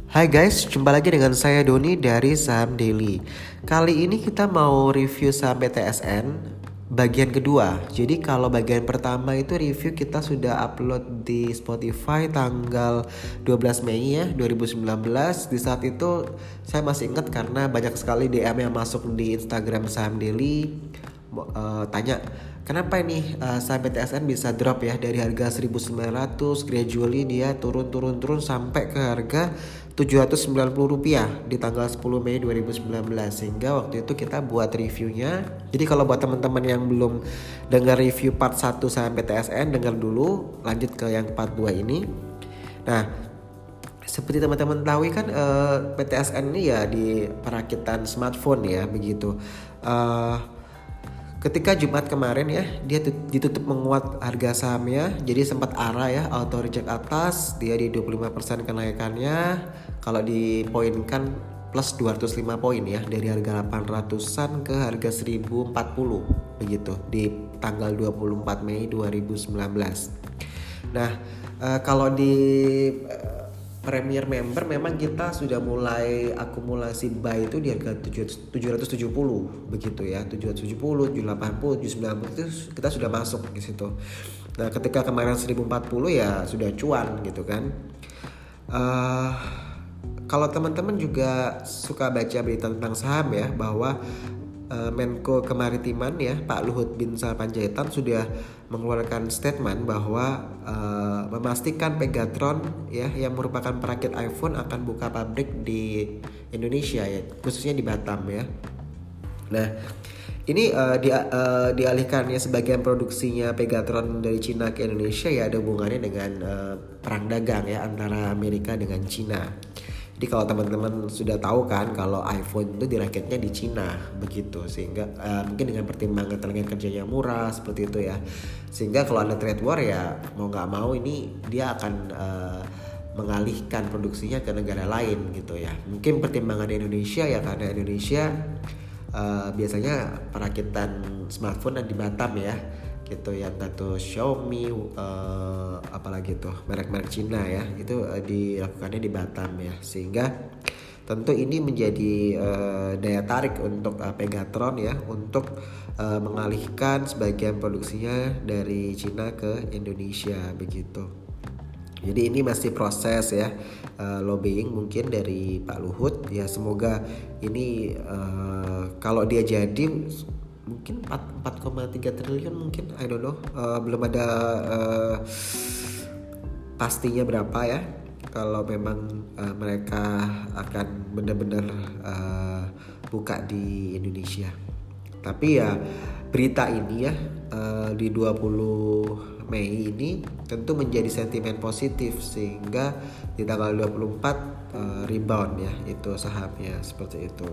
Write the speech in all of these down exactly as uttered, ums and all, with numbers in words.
Hai guys, jumpa lagi dengan saya Doni dari Saham Daily. Kali ini kita mau review saham P T S N bagian kedua. Jadi kalau bagian pertama itu review kita sudah upload di Spotify tanggal dua belas Mei ya dua ribu sembilan belas. Di saat itu saya masih ingat karena banyak sekali D M yang masuk di Instagram Saham Daily uh, tanya kenapa ini uh, saham P T S N bisa drop ya dari harga seribu sembilan ratus gradually dia turun-turun-turun sampai ke harga tujuh ratus sembilan puluh rupiah di tanggal sepuluh Mei dua ribu sembilan belas, sehingga waktu itu kita buat reviewnya. Jadi kalau buat teman-teman yang belum dengar review part satu saham P T S N, dengar dulu, lanjut ke yang part dua ini. Nah, seperti teman-teman tahu kan uh, P T S N ini ya di perakitan smartphone ya begitu. Uh, Ketika Jumat kemarin ya, dia ditutup menguat harga sahamnya, jadi sempat arah ya, auto reject atas, dia di dua puluh lima persen kenaikannya. Kalau dipoinkan plus dua ratus lima poin ya, dari harga delapan ratusan ke harga seribu empat puluh begitu di tanggal dua puluh empat Mei dua ribu sembilan belas. Nah, uh, kalau di uh, Premier Member memang kita sudah mulai akumulasi buy itu di harga tujuh ratus tujuh puluh begitu ya, tujuh ratus tujuh puluh, tujuh ratus delapan puluh, tujuh ratus sembilan puluh itu kita sudah masuk di situ. Nah, ketika kemarin seribu empat puluh ya sudah cuan gitu kan. Uh, kalau teman-teman juga suka baca berita tentang saham ya, bahwa uh, Menko Kemaritiman ya Pak Luhut Binsar Panjaitan sudah mengeluarkan statement bahwa uh, memastikan Pegatron ya yang merupakan perakit iPhone akan buka pabrik di Indonesia ya, khususnya di Batam ya. Nah, ini uh, di, uh, dialihkannya sebagian produksinya Pegatron dari Cina ke Indonesia ya ada hubungannya dengan uh, perang dagang ya antara Amerika dengan Cina. Jadi kalau teman-teman sudah tahu kan kalau iPhone itu dirakitnya di Cina begitu, sehingga uh, mungkin dengan pertimbangan tenaga kerjanya murah seperti itu ya, sehingga kalau ada trade war ya mau nggak mau ini dia akan uh, mengalihkan produksinya ke negara lain gitu ya. Mungkin pertimbangan Indonesia ya karena Indonesia uh, biasanya perakitan smartphone di Batam ya gitu ya, entah tuh Xiaomi uh, apalagi tuh merek-merek Cina ya itu uh, dilakukannya di Batam ya, sehingga tentu ini menjadi uh, daya tarik untuk uh, Pegatron ya untuk uh, mengalihkan sebagian produksinya dari Cina ke Indonesia begitu. Jadi ini masih proses ya uh, lobbying mungkin dari Pak Luhut ya, semoga ini uh, kalau dia jadi mungkin empat koma tiga triliun mungkin, I don't know, uh, belum ada uh, pastinya berapa ya kalau memang uh, mereka akan benar-benar uh, buka di Indonesia. Tapi ya berita ini ya uh, di dua puluh Mei ini tentu menjadi sentimen positif, sehingga di tanggal dua puluh empat uh, rebound ya itu sahamnya seperti itu.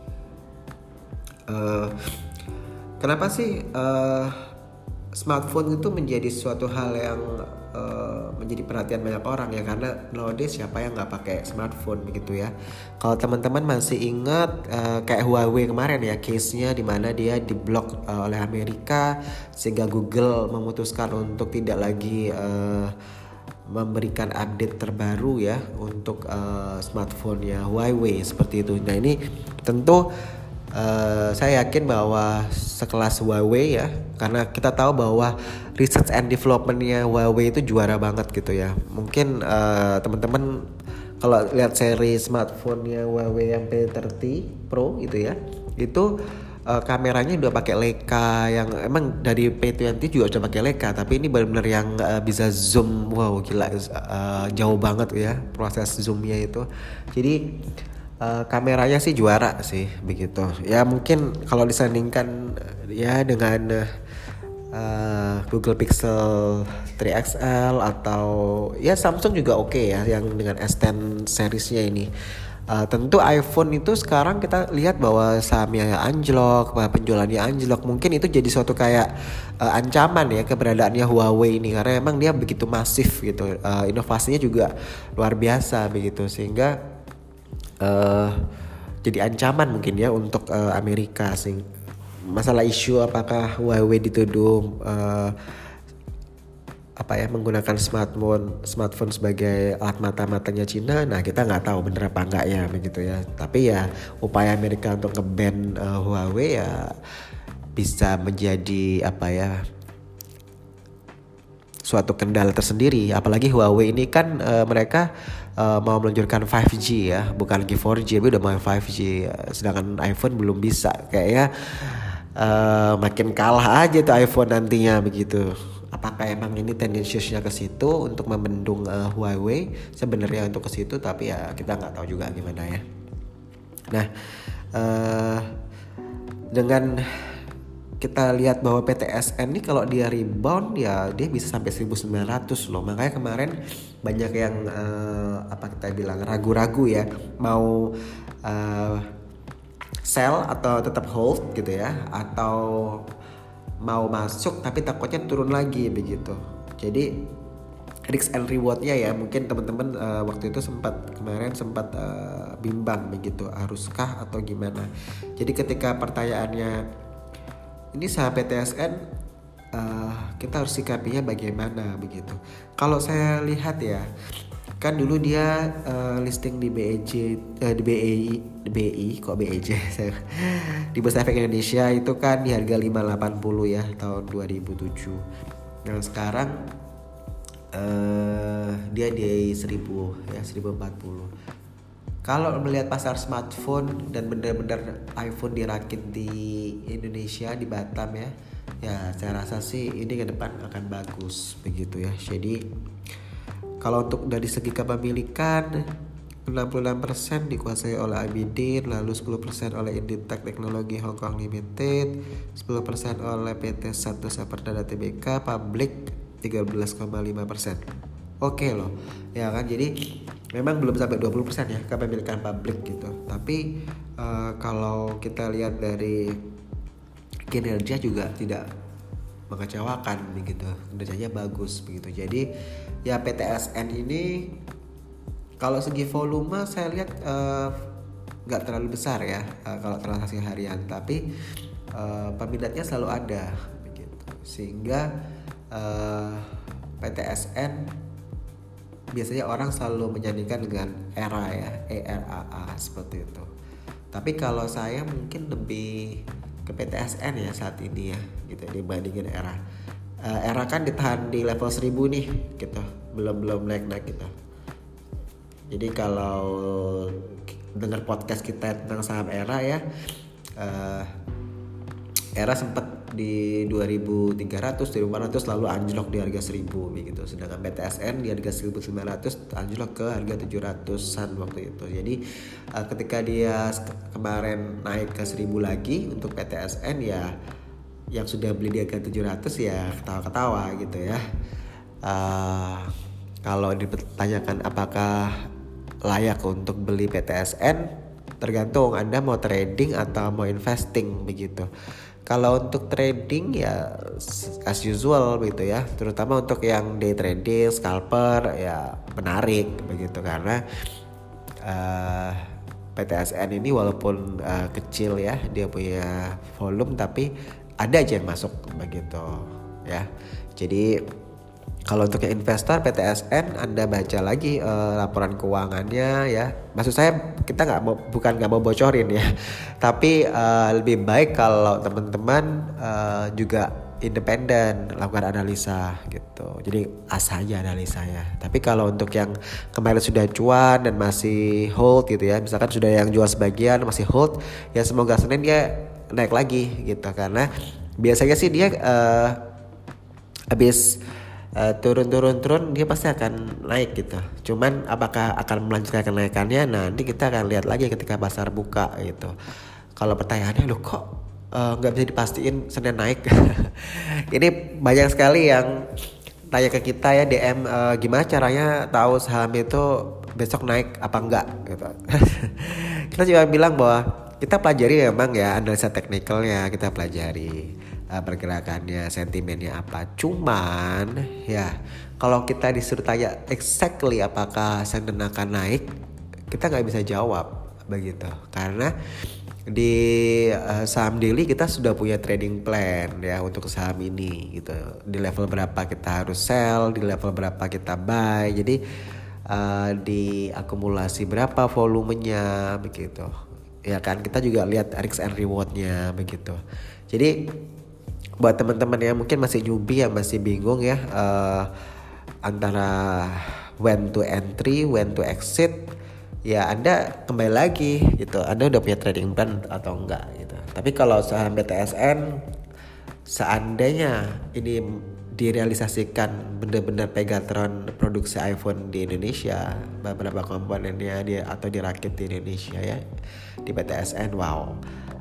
Uh, Kenapa sih uh, smartphone itu menjadi suatu hal yang uh, menjadi perhatian banyak orang ya, karena nowadays siapa yang nggak pakai smartphone begitu ya. Kalau teman-teman masih ingat uh, kayak Huawei kemarin ya, case-nya di mana dia diblok uh, oleh Amerika sehingga Google memutuskan untuk tidak lagi uh, memberikan update terbaru ya untuk uh, smartphone-nya Huawei seperti itu. Nah ini tentu Uh, saya yakin bahwa sekelas Huawei ya, karena kita tahu bahwa research and development-nya Huawei itu juara banget gitu ya. Mungkin uh, teman-teman kalau lihat seri smartphone-nya Huawei yang P tiga puluh Pro gitu ya, itu uh, kameranya udah pakai Leica yang emang dari P dua puluh juga udah pakai Leica, tapi ini benar-benar yang uh, bisa zoom, wow gila, uh, jauh banget ya proses zoomnya itu. Jadi Uh, kameranya sih juara sih begitu ya, mungkin kalau disandingkan ya dengan uh, Google Pixel tiga X L atau ya Samsung juga oke okay ya yang dengan S sepuluh seriesnya ini. Uh, tentu iPhone itu sekarang kita lihat bahwa sahamnya anjlok, penjualannya anjlok, mungkin itu jadi suatu kayak uh, ancaman ya keberadaannya Huawei ini, karena emang dia begitu masif gitu, uh, inovasinya juga luar biasa begitu, sehingga Uh, jadi ancaman mungkin ya untuk uh, Amerika sih. Masalah isu apakah Huawei dituduh uh, apa ya menggunakan smartphone smartphone sebagai alat mata-matanya Cina. Nah kita nggak tahu bener apa enggak ya begitu ya. Tapi ya upaya Amerika untuk nge-ban uh, Huawei ya bisa menjadi apa ya suatu kendala tersendiri. Apalagi Huawei ini kan uh, mereka uh, mau meluncurkan lima G ya, bukan lagi empat G tapi udah mau lima G. Sedangkan iPhone belum bisa. Kayaknya uh, makin kalah aja tuh iPhone nantinya begitu. Apakah emang ini tendensiusnya ke situ untuk membendung uh, Huawei sebenarnya untuk ke situ, tapi ya kita nggak tahu juga gimana ya. Nah, uh, dengan kita lihat bahwa P T S N ini kalau dia rebound ya dia bisa sampai seribu sembilan ratus loh. Makanya kemarin banyak yang uh, apa kita bilang ragu-ragu ya mau uh, sell atau tetap hold gitu ya, atau mau masuk tapi takutnya turun lagi begitu. Jadi risk and rewardnya ya mungkin teman-teman uh, waktu itu sempat kemarin sempat uh, bimbang begitu, haruskah atau gimana. Jadi ketika pertanyaannya ini saham P T S N uh, kita harus sikapinya bagaimana begitu. Kalau saya lihat ya kan dulu dia uh, listing di B E J uh, di B E I B I kok B E J di Bursa Efek Indonesia itu kan di harga lima ratus delapan puluh ya tahun dua ribu tujuh. Nah sekarang uh, dia di seribu ya seribu empat puluh. Kalau melihat pasar smartphone dan benar-benar iPhone dirakit di Indonesia di Batam ya, ya saya rasa sih ini ke depan akan bagus begitu ya. Jadi kalau untuk dari segi kepemilikan enam puluh enam persen dikuasai oleh Abidin, lalu sepuluh persen oleh Inditex Teknologi Hong Kong Limited, sepuluh persen oleh P T Santosa Perdana Tbk, publik tiga belas koma lima persen. Oke loh, ya kan. Jadi memang belum sampai dua puluh persen ya kepemilikan publik gitu. Tapi uh, kalau kita lihat dari kinerja juga tidak mengecewakan begitu, kinerjanya bagus begitu. Jadi ya P T S N ini kalau segi volume saya lihat nggak uh, terlalu besar ya uh, kalau transaksi harian, tapi uh, peminatnya selalu ada begitu. Sehingga uh, P T S N biasanya orang selalu menyandingkan dengan ERA ya, E R A A seperti itu. Tapi kalau saya mungkin lebih ke P T S N ya saat ini ya gitu dibandingin ERA. Uh, ERA kan ditahan di level seribu nih gitu, belum belum naik naik gitu. Jadi kalau dengar podcast kita tentang saham ERA ya, uh, ERA sempat di dua ribu tiga ratus, dua ribu empat ratus lalu anjlok di harga seribu begitu. Sedangkan P T S N di harga seribu sembilan ratus anjlok ke harga tujuh ratusan waktu itu. Jadi uh, ketika dia kemarin naik ke seribu lagi untuk P T S N ya yang sudah beli di harga tujuh ratus ya ketawa-ketawa gitu ya. Uh, kalau dipertanyakan apakah layak untuk beli P T S N, tergantung Anda mau trading atau mau investing begitu. Kalau untuk trading ya as usual begitu ya, terutama untuk yang day trading, scalper ya menarik begitu karena uh, P T S N ini walaupun uh, kecil ya dia punya volume tapi ada aja yang masuk begitu ya. Jadi kalau untuk yang investor P T S N Anda baca lagi uh, laporan keuangannya ya. Maksud saya kita nggak mau bukan nggak mau bocorin ya, tapi uh, lebih baik kalau teman-teman uh, juga independen lakukan analisa gitu. Jadi asal aja analisanya. Tapi kalau untuk yang kemarin sudah cuan dan masih hold gitu ya, misalkan sudah yang jual sebagian masih hold, ya semoga Senin dia naik lagi gitu karena biasanya sih dia uh, habis Uh, turun-turun-turun dia pasti akan naik gitu. Cuman apakah akan melanjutkan kenaikannya nanti kita akan lihat lagi ketika pasar buka gitu. Kalau pertanyaannya loh kok nggak uh, bisa dipastiin Senin naik. Ini banyak sekali yang tanya ke kita ya D M uh, gimana caranya tahu saham itu besok naik apa enggak gitu. Kita juga bilang bahwa kita pelajari memang ya analisa teknikalnya kita pelajari. Pergerakannya, sentimennya apa. Cuman ya kalau kita disuruh tanya exactly apakah Senin akan naik, kita nggak bisa jawab begitu karena di uh, saham daily kita sudah punya trading plan ya untuk saham ini gitu. Di level berapa kita harus sell, di level berapa kita buy. Jadi uh, di akumulasi berapa volumenya begitu. Ya kan, kita juga lihat risk and rewardnya begitu. Jadi buat teman-teman yang mungkin masih newbie, yang masih bingung ya uh, antara when to entry, when to exit, ya Anda kembali lagi gitu, Anda udah punya trading plan atau enggak gitu. Tapi kalau saham B T S N, seandainya ini direalisasikan benar-benar Pegatron produksi iPhone di Indonesia, beberapa komponennya dia atau dirakit di Indonesia ya, di B T S N, wow,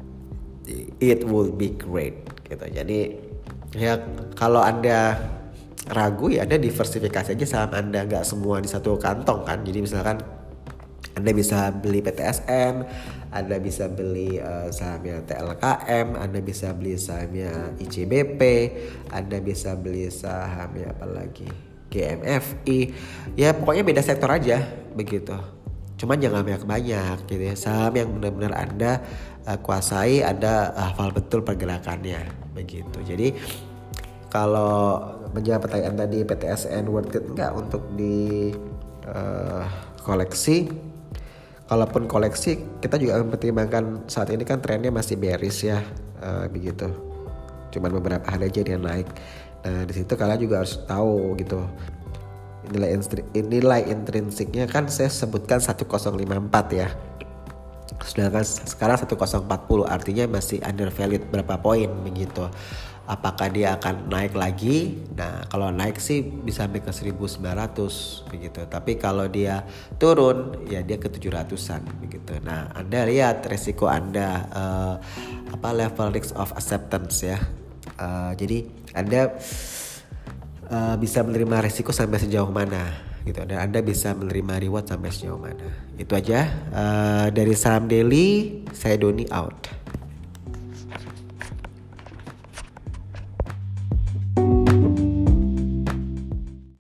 it will be great gitu. Jadi ya kalau Anda ragu ya Anda diversifikasi aja saham Anda, nggak semua di satu kantong kan. Jadi misalkan Anda bisa beli P T S M, Anda bisa beli uh, sahamnya T L K M, Anda bisa beli sahamnya I C B P, Anda bisa beli sahamnya apa lagi, G M F I. Ya pokoknya beda sektor aja begitu. Cuman jangan banyak-banyak gitu ya. Saham yang benar-benar Anda uh, kuasai, Anda hafal betul pergerakannya begitu. Jadi kalau menjawab pertanyaan tadi, P T S N worth it enggak untuk di uh, koleksi? Kalaupun koleksi, kita juga mempertimbangkan saat ini kan trennya masih bearish ya, uh, begitu. Cuman beberapa hari aja dia naik. Nah di situ kalian juga harus tahu gitu. Nilai nilai intrinsiknya kan saya sebutkan sepuluh lima puluh empat ya. Sedangkan sekarang sepuluh empat puluh, artinya masih undervalued berapa poin begitu. Apakah dia akan naik lagi? Nah kalau naik sih bisa sampai ke seribu sembilan ratus begitu. Tapi kalau dia turun ya dia ke tujuh ratusan begitu. Nah Anda lihat resiko Anda, uh, apa level risk of acceptance ya. Uh, jadi Anda uh, bisa menerima resiko sampai sejauh mana gitu, dan Anda bisa menerima reward sampai sejauh mana. Itu aja uh, dari Saham Daily. Saya Doni out.